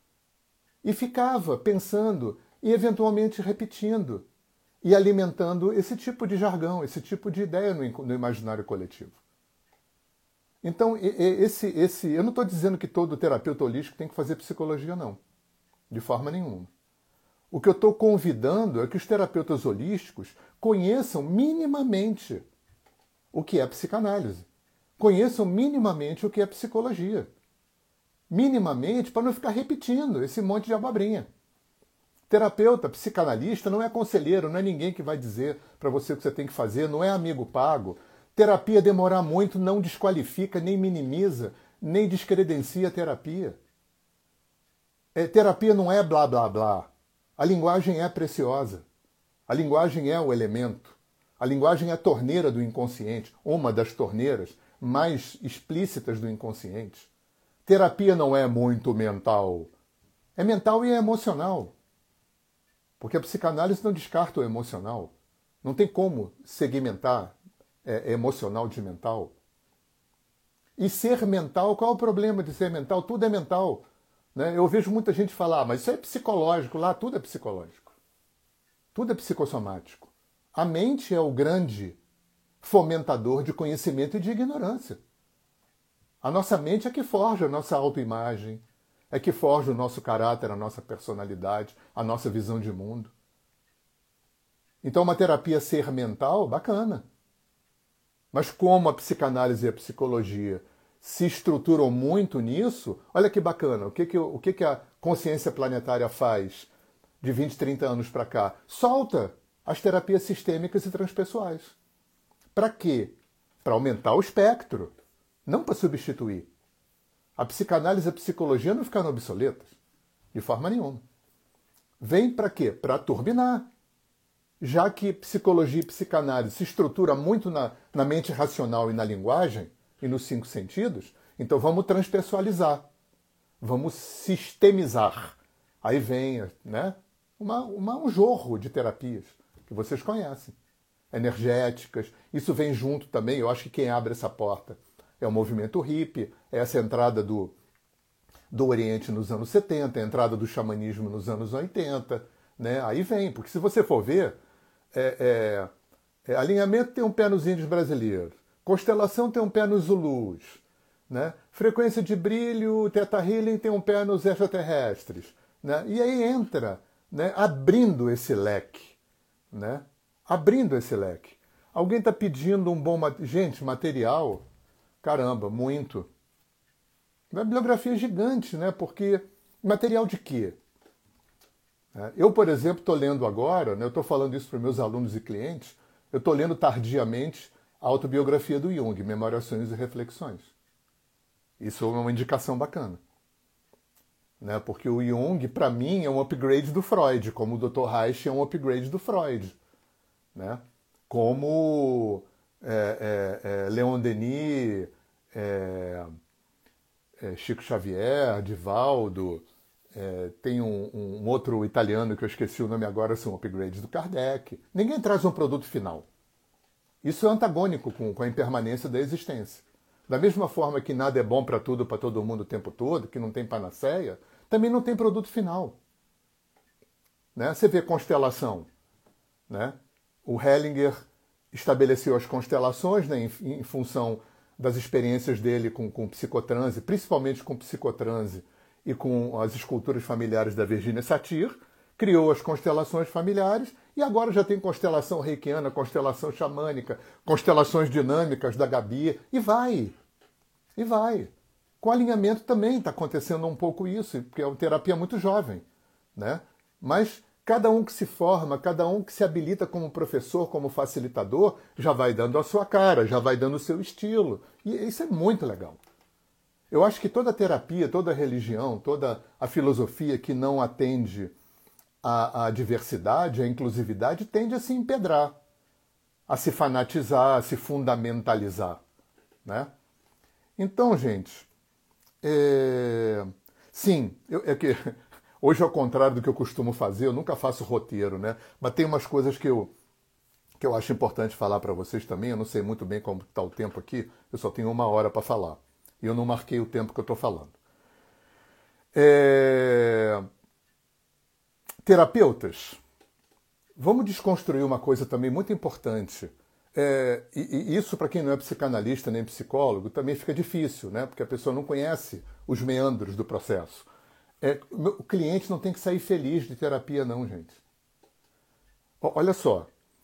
E ficava pensando e eventualmente repetindo e alimentando esse tipo de jargão, esse tipo de ideia no imaginário coletivo. Então, eu não estou dizendo que todo terapeuta holístico tem que fazer psicologia, não. De forma nenhuma. O que eu estou convidando é que os terapeutas holísticos conheçam minimamente o que é psicanálise. Conheçam minimamente o que é psicologia. Minimamente, para não ficar repetindo esse monte de abobrinha. Terapeuta, psicanalista não é conselheiro, não é ninguém que vai dizer para você o que você tem que fazer, não é amigo pago. Terapia demorar muito não desqualifica, nem minimiza, nem descredencia a terapia. Terapia não é blá blá blá. A linguagem é preciosa. A linguagem é o elemento. A linguagem é a torneira do inconsciente, uma das torneiras mais explícitas do inconsciente. Terapia não é muito mental. É mental e é emocional. Porque a psicanálise não descarta o emocional. Não tem como segmentar emocional de mental. E ser mental, qual é o problema de ser mental? Tudo é mental. Né? Eu vejo muita gente falar, mas isso é psicológico, lá tudo é psicológico. Tudo é psicossomático. A mente é o grande fomentador de conhecimento e de ignorância. A nossa mente é que forja a nossa autoimagem, é que forja o nosso caráter, a nossa personalidade, a nossa visão de mundo. Então uma terapia ser mental, bacana. Mas como a psicanálise e a psicologia se estruturam muito nisso, olha que bacana, o que a consciência planetária faz de 20, 30 anos para cá? Solta as terapias sistêmicas e transpessoais. Para quê? Para aumentar o espectro, não para substituir. A psicanálise e a psicologia não ficaram obsoletas, de forma nenhuma. Vem para quê? Para turbinar. Já que psicologia e psicanálise se estrutura muito na mente racional e na linguagem, e nos 5 sentidos, então vamos transpessoalizar, vamos sistemizar. Aí vem, né, um jorro de terapias que vocês conhecem, energéticas. Isso vem junto também, eu acho que quem abre essa porta é o movimento hippie, é essa entrada do Oriente nos anos 70, a entrada do xamanismo nos anos 80, né? Aí vem, porque se você for ver, alinhamento tem um pé nos índios brasileiros, constelação tem um pé nos Zulus, né? Frequência de brilho, Theta Healing tem um pé nos extraterrestres, né? E aí entra, né, abrindo esse leque, né? Abrindo esse leque. Alguém está pedindo um bom... Gente, material, caramba, muito. Uma bibliografia gigante, né? Porque material de quê? Eu, por exemplo, estou lendo agora, né, eu estou falando isso para os meus alunos e clientes, eu estou lendo tardiamente a autobiografia do Jung, Memórias, Sonhos e Reflexões. Isso é uma indicação bacana. Né? Porque o Jung, para mim, é um upgrade do Freud, como o Dr. Reich é um upgrade do Freud. Né? Como Leon Denis, Chico Xavier, Divaldo, tem um outro italiano que eu esqueci o nome agora, são upgrades do Kardec. Ninguém traz um produto final. Isso é antagônico com a impermanência da existência. Da mesma forma que nada é bom para tudo, para todo mundo o tempo todo, que não tem panaceia, também não tem produto final. Né? Você vê constelação. Né? O Hellinger estabeleceu as constelações, né, em função das experiências dele com psicotranse, principalmente com psicotranse e com as esculturas familiares da Virginia Satir, criou as constelações familiares e agora já tem constelação reikiana, constelação xamânica, constelações dinâmicas da Gabi, e vai. E vai. Com alinhamento também está acontecendo um pouco isso, porque é uma terapia muito jovem. Né? Mas cada um que se forma, cada um que se habilita como professor, como facilitador, já vai dando a sua cara, já vai dando o seu estilo. E isso é muito legal. Eu acho que toda terapia, toda religião, toda a filosofia que não atende à diversidade, à inclusividade, tende a se empedrar, a se fanatizar, a se fundamentalizar. Né? Então, gente, sim, hoje, ao contrário do que eu costumo fazer, eu nunca faço roteiro, né? Mas tem umas coisas que eu acho importante falar para vocês também. Eu não sei muito bem como está o tempo aqui, eu só tenho 1 hora para falar. E eu não marquei o tempo que eu estou falando. Terapeutas, vamos desconstruir uma coisa também muito importante. E isso, para quem não é psicanalista nem psicólogo, também fica difícil, né? Porque a pessoa não conhece os meandros do processo. O cliente não tem que sair feliz de terapia, não, gente. Olha só,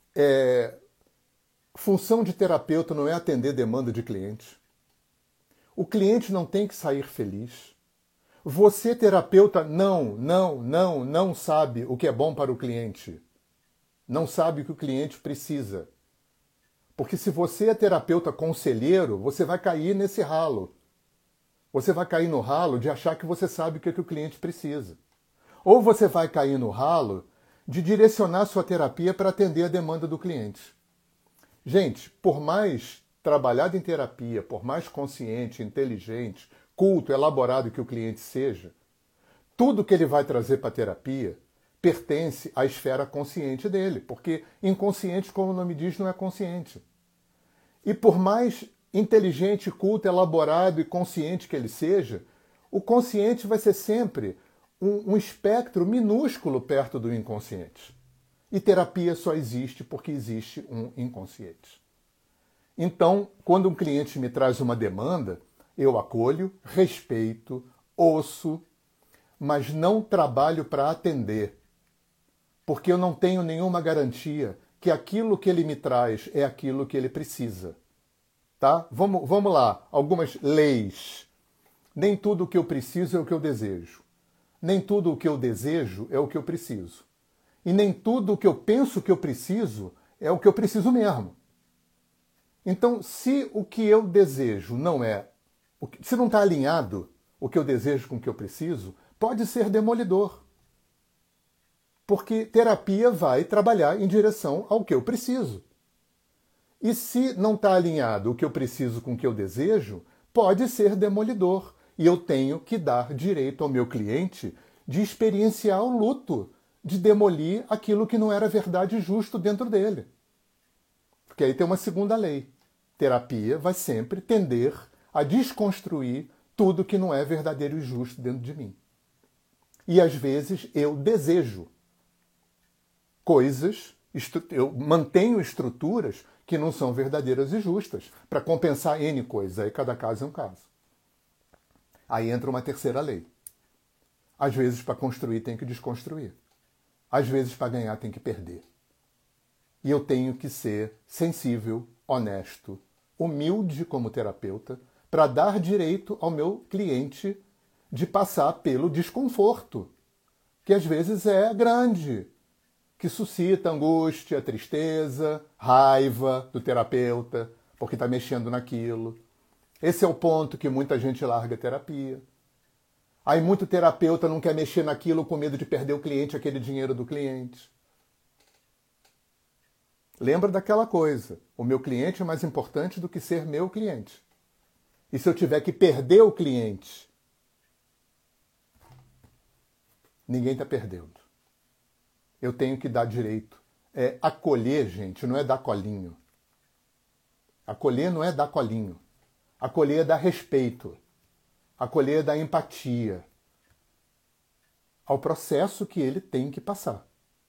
função de terapeuta não é atender demanda de cliente. O cliente não tem que sair feliz. Você, terapeuta, não sabe o que é bom para o cliente. Não sabe o que o cliente precisa. Porque se você é terapeuta conselheiro, você vai cair nesse ralo. Você vai cair no ralo de achar que você sabe o que o cliente precisa. Ou você vai cair no ralo de direcionar sua terapia para atender a demanda do cliente. Gente, por mais trabalhado em terapia, por mais consciente, inteligente, culto, elaborado que o cliente seja, tudo que ele vai trazer para a terapia pertence à esfera consciente dele, porque inconsciente, como o nome diz, não é consciente. E por mais inteligente, culto, elaborado e consciente que ele seja, o consciente vai ser sempre um espectro minúsculo perto do inconsciente. E terapia só existe porque existe um inconsciente. Então, quando um cliente me traz uma demanda, eu acolho, respeito, ouço, mas não trabalho para atender, porque eu não tenho nenhuma garantia que aquilo que ele me traz é aquilo que ele precisa. Tá? Vamos lá, algumas leis. Nem tudo o que eu preciso é o que eu desejo. Nem tudo o que eu desejo é o que eu preciso. E nem tudo o que eu penso que eu preciso é o que eu preciso mesmo. Então, se o que eu desejo não é... Se não está alinhado o que eu desejo com o que eu preciso, pode ser demolidor. Porque terapia vai trabalhar em direção ao que eu preciso. E se não está alinhado o que eu preciso com o que eu desejo, pode ser demolidor. E eu tenho que dar direito ao meu cliente de experienciar o luto, de demolir aquilo que não era verdade e justo dentro dele. Porque aí tem uma segunda lei. Terapia vai sempre tender a desconstruir tudo que não é verdadeiro e justo dentro de mim. E às vezes eu desejo coisas, eu mantenho estruturas que não são verdadeiras e justas para compensar N coisas. Aí cada caso é um caso. Aí entra uma terceira lei. Às vezes para construir tem que desconstruir. Às vezes para ganhar tem que perder. E eu tenho que ser sensível, honesto, humilde como terapeuta para dar direito ao meu cliente de passar pelo desconforto, que às vezes é grande, que suscita angústia, tristeza, raiva do terapeuta, porque está mexendo naquilo. Esse é o ponto que muita gente larga a terapia. Aí muito terapeuta não quer mexer naquilo com medo de perder o cliente, aquele dinheiro do cliente. Lembra daquela coisa, o meu cliente é mais importante do que ser meu cliente. E se eu tiver que perder o cliente, ninguém está perdendo. Eu tenho que dar direito. Acolher, gente, não é dar colinho. Acolher não é dar colinho. Acolher é dar respeito. Acolher é dar empatia ao processo que ele tem que passar.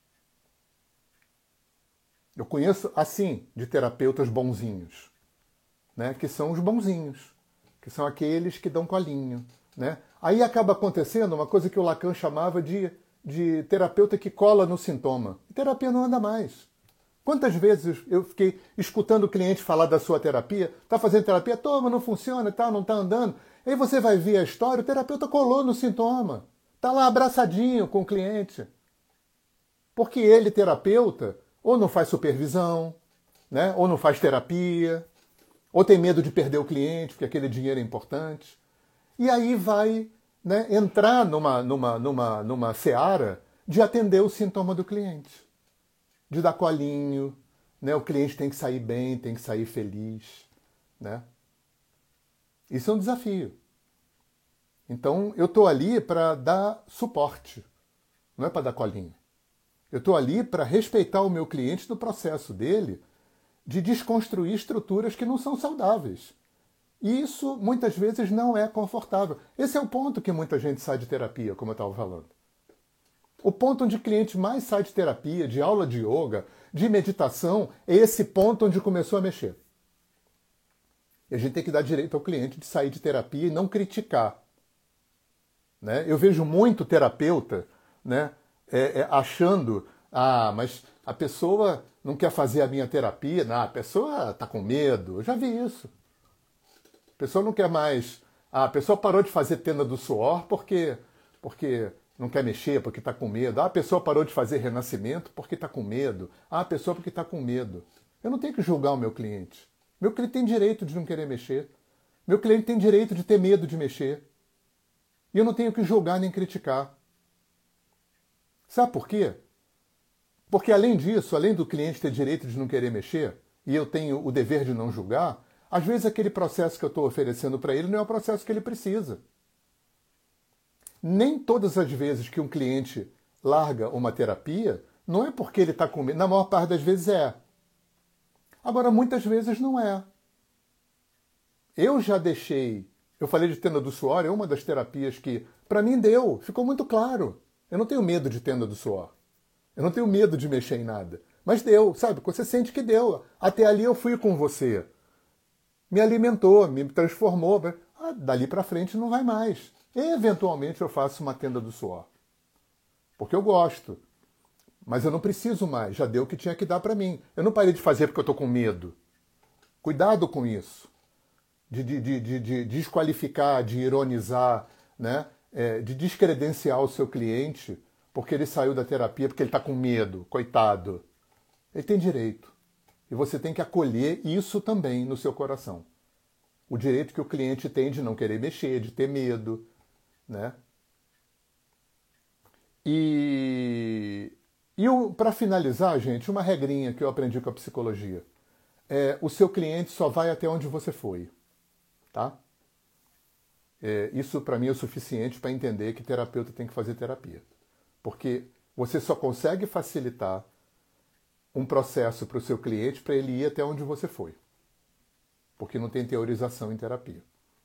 Eu conheço, assim, de terapeutas bonzinhos, né, que são os bonzinhos, que são aqueles que dão colinho. Né? Aí acaba acontecendo uma coisa que o Lacan chamava de terapeuta que cola no sintoma. A terapia não anda mais. Quantas vezes eu fiquei escutando o cliente falar da sua terapia, está fazendo terapia, toma, não funciona, tá, não está andando. Aí você vai ver a história, o terapeuta colou no sintoma. Está lá abraçadinho com o cliente. Porque ele, terapeuta, ou não faz supervisão, né? Ou não faz terapia, ou tem medo de perder o cliente, porque aquele dinheiro é importante. E aí vai, né, entrar numa seara de atender o sintoma do cliente. De dar colinho, né? O cliente tem que sair bem, tem que sair feliz. Né? Isso é um desafio. Então, eu estou ali para dar suporte, não é para dar colinho. Eu estou ali para respeitar o meu cliente no processo dele de desconstruir estruturas que não são saudáveis. E isso, muitas vezes, não é confortável. Esse é o ponto que muita gente sai de terapia, como eu estava falando. O ponto onde o cliente mais sai de terapia, de aula de yoga, de meditação, é esse ponto onde começou a mexer. E a gente tem que dar direito ao cliente de sair de terapia e não criticar. Né? Eu vejo muito terapeuta, né, achando, mas a pessoa não quer fazer a minha terapia, não, a pessoa está com medo. Eu já vi isso. A pessoa não quer mais. A pessoa parou de fazer tenda do suor porque não quer mexer, porque está com medo. A pessoa parou de fazer renascimento porque está com medo. A pessoa porque está com medo. Eu não tenho que julgar o meu cliente. Meu cliente tem direito de não querer mexer. Meu cliente tem direito de ter medo de mexer. E eu não tenho que julgar nem criticar. Sabe por quê? Porque além disso, além do cliente ter direito de não querer mexer, e eu tenho o dever de não julgar, às vezes aquele processo que eu estou oferecendo para ele não é o processo que ele precisa. Nem todas as vezes que um cliente larga uma terapia, não é porque ele está com medo. Na maior parte das vezes é. Agora, muitas vezes não é. Eu já deixei... Eu falei de tenda do suor, é uma das terapias que, para mim, deu. Ficou muito claro. Eu não tenho medo de tenda do suor. Eu não tenho medo de mexer em nada. Mas deu, sabe? Você sente que deu. Até ali eu fui com você. Me alimentou, me transformou. Dali para frente não vai mais. Eventualmente eu faço uma tenda do suor. Porque eu gosto. Mas eu não preciso mais. Já deu o que tinha que dar para mim. Eu não parei de fazer porque eu estou com medo. Cuidado com isso. De desqualificar, de ironizar, né? De descredenciar o seu cliente porque ele saiu da terapia porque ele está com medo, coitado. Ele tem direito. E você tem que acolher isso também no seu coração. O direito que o cliente tem de não querer mexer, de ter medo, né? E para finalizar, gente, uma regrinha que eu aprendi com a psicologia. O seu cliente só vai até onde você foi, tá? Isso para mim é o suficiente para entender que terapeuta tem que fazer terapia. Porque você só consegue facilitar um processo para o seu cliente para ele ir até onde você foi. Porque não tem teorização em terapia.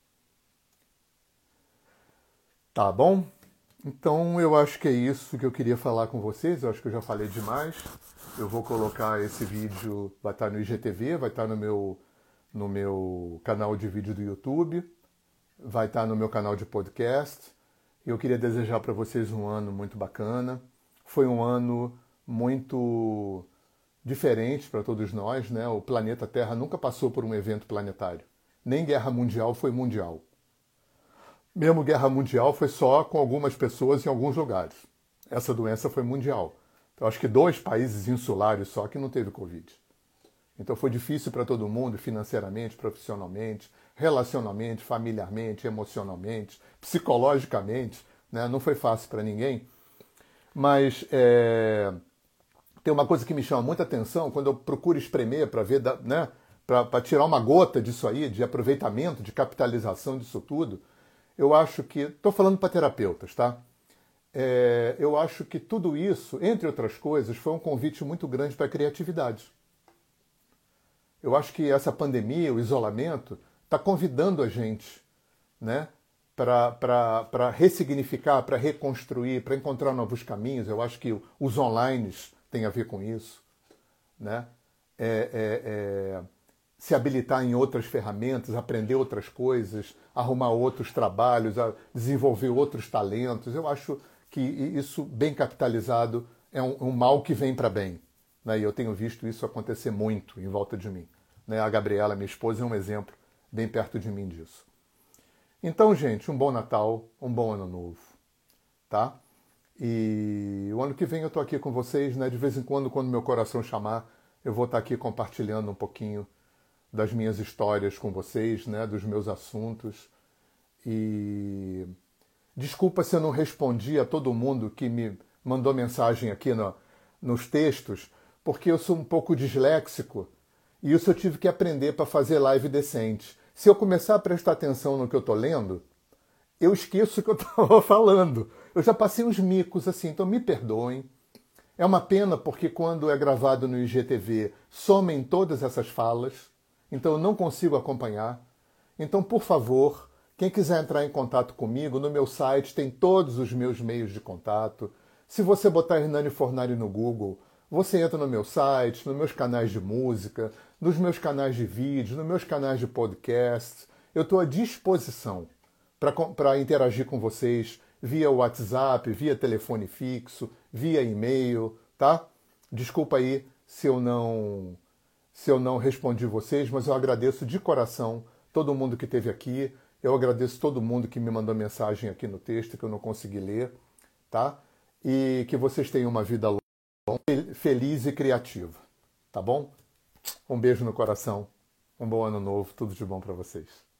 Tá bom? Então eu acho que é isso que eu queria falar com vocês. Eu acho que eu já falei demais. Eu vou colocar esse vídeo, vai estar no IGTV, vai estar no meu canal de vídeo do YouTube, vai estar no meu canal de podcast. Eu queria desejar para vocês um ano muito bacana. Foi um ano muito diferente para todos nós, né? O planeta Terra nunca passou por um evento planetário. Nem guerra mundial foi mundial. Mesmo guerra mundial foi só com algumas pessoas em alguns lugares. Essa doença foi mundial. Então, acho que 2 países insulares só que não teve Covid. Então foi difícil para todo mundo, financeiramente, profissionalmente, relacionalmente, familiarmente, emocionalmente, psicologicamente, né? Não foi fácil para ninguém. Mas tem uma coisa que me chama muita atenção quando eu procuro espremer para ver, né? Para tirar uma gota disso aí, de aproveitamento, de capitalização disso tudo. Eu acho que, estou falando para terapeutas, tá? Eu acho que tudo isso, entre outras coisas, foi um convite muito grande para a criatividade. Eu acho que essa pandemia, o isolamento, está convidando a gente, né, para ressignificar, para reconstruir, para encontrar novos caminhos. Eu acho que os online têm a ver com isso, né? Se habilitar em outras ferramentas, aprender outras coisas, arrumar outros trabalhos, desenvolver outros talentos. Eu acho que isso, bem capitalizado, é um mal que vem para bem. Né? E eu tenho visto isso acontecer muito em volta de mim. Né? A Gabriela, minha esposa, é um exemplo bem perto de mim disso. Então, gente, um bom Natal, um bom Ano Novo. Tá? E o ano que vem eu estou aqui com vocês, né? De vez em quando meu coração chamar, eu vou estar aqui compartilhando um pouquinho das minhas histórias com vocês, né, dos meus assuntos. E desculpa se eu não respondi a todo mundo que me mandou mensagem aqui nos textos, porque eu sou um pouco disléxico e isso eu tive que aprender para fazer live decente. Se eu começar a prestar atenção no que eu estou lendo, eu esqueço o que eu estava falando. Eu já passei uns micos assim, então me perdoem. É uma pena porque quando é gravado no IGTV, somem todas essas falas. Então eu não consigo acompanhar. Então, por favor, quem quiser entrar em contato comigo, no meu site tem todos os meus meios de contato. Se você botar Hernani Fornari no Google, você entra no meu site, nos meus canais de música, nos meus canais de vídeo, nos meus canais de podcast. Eu estou à disposição para interagir com vocês via WhatsApp, via telefone fixo, via e-mail, tá? Desculpa aí se eu não respondi vocês, mas eu agradeço de coração todo mundo que esteve aqui. Eu agradeço todo mundo que me mandou mensagem aqui no texto que eu não consegui ler, tá? E que vocês tenham uma vida longa, feliz e criativa, tá bom? Um beijo no coração, um bom ano novo, tudo de bom para vocês.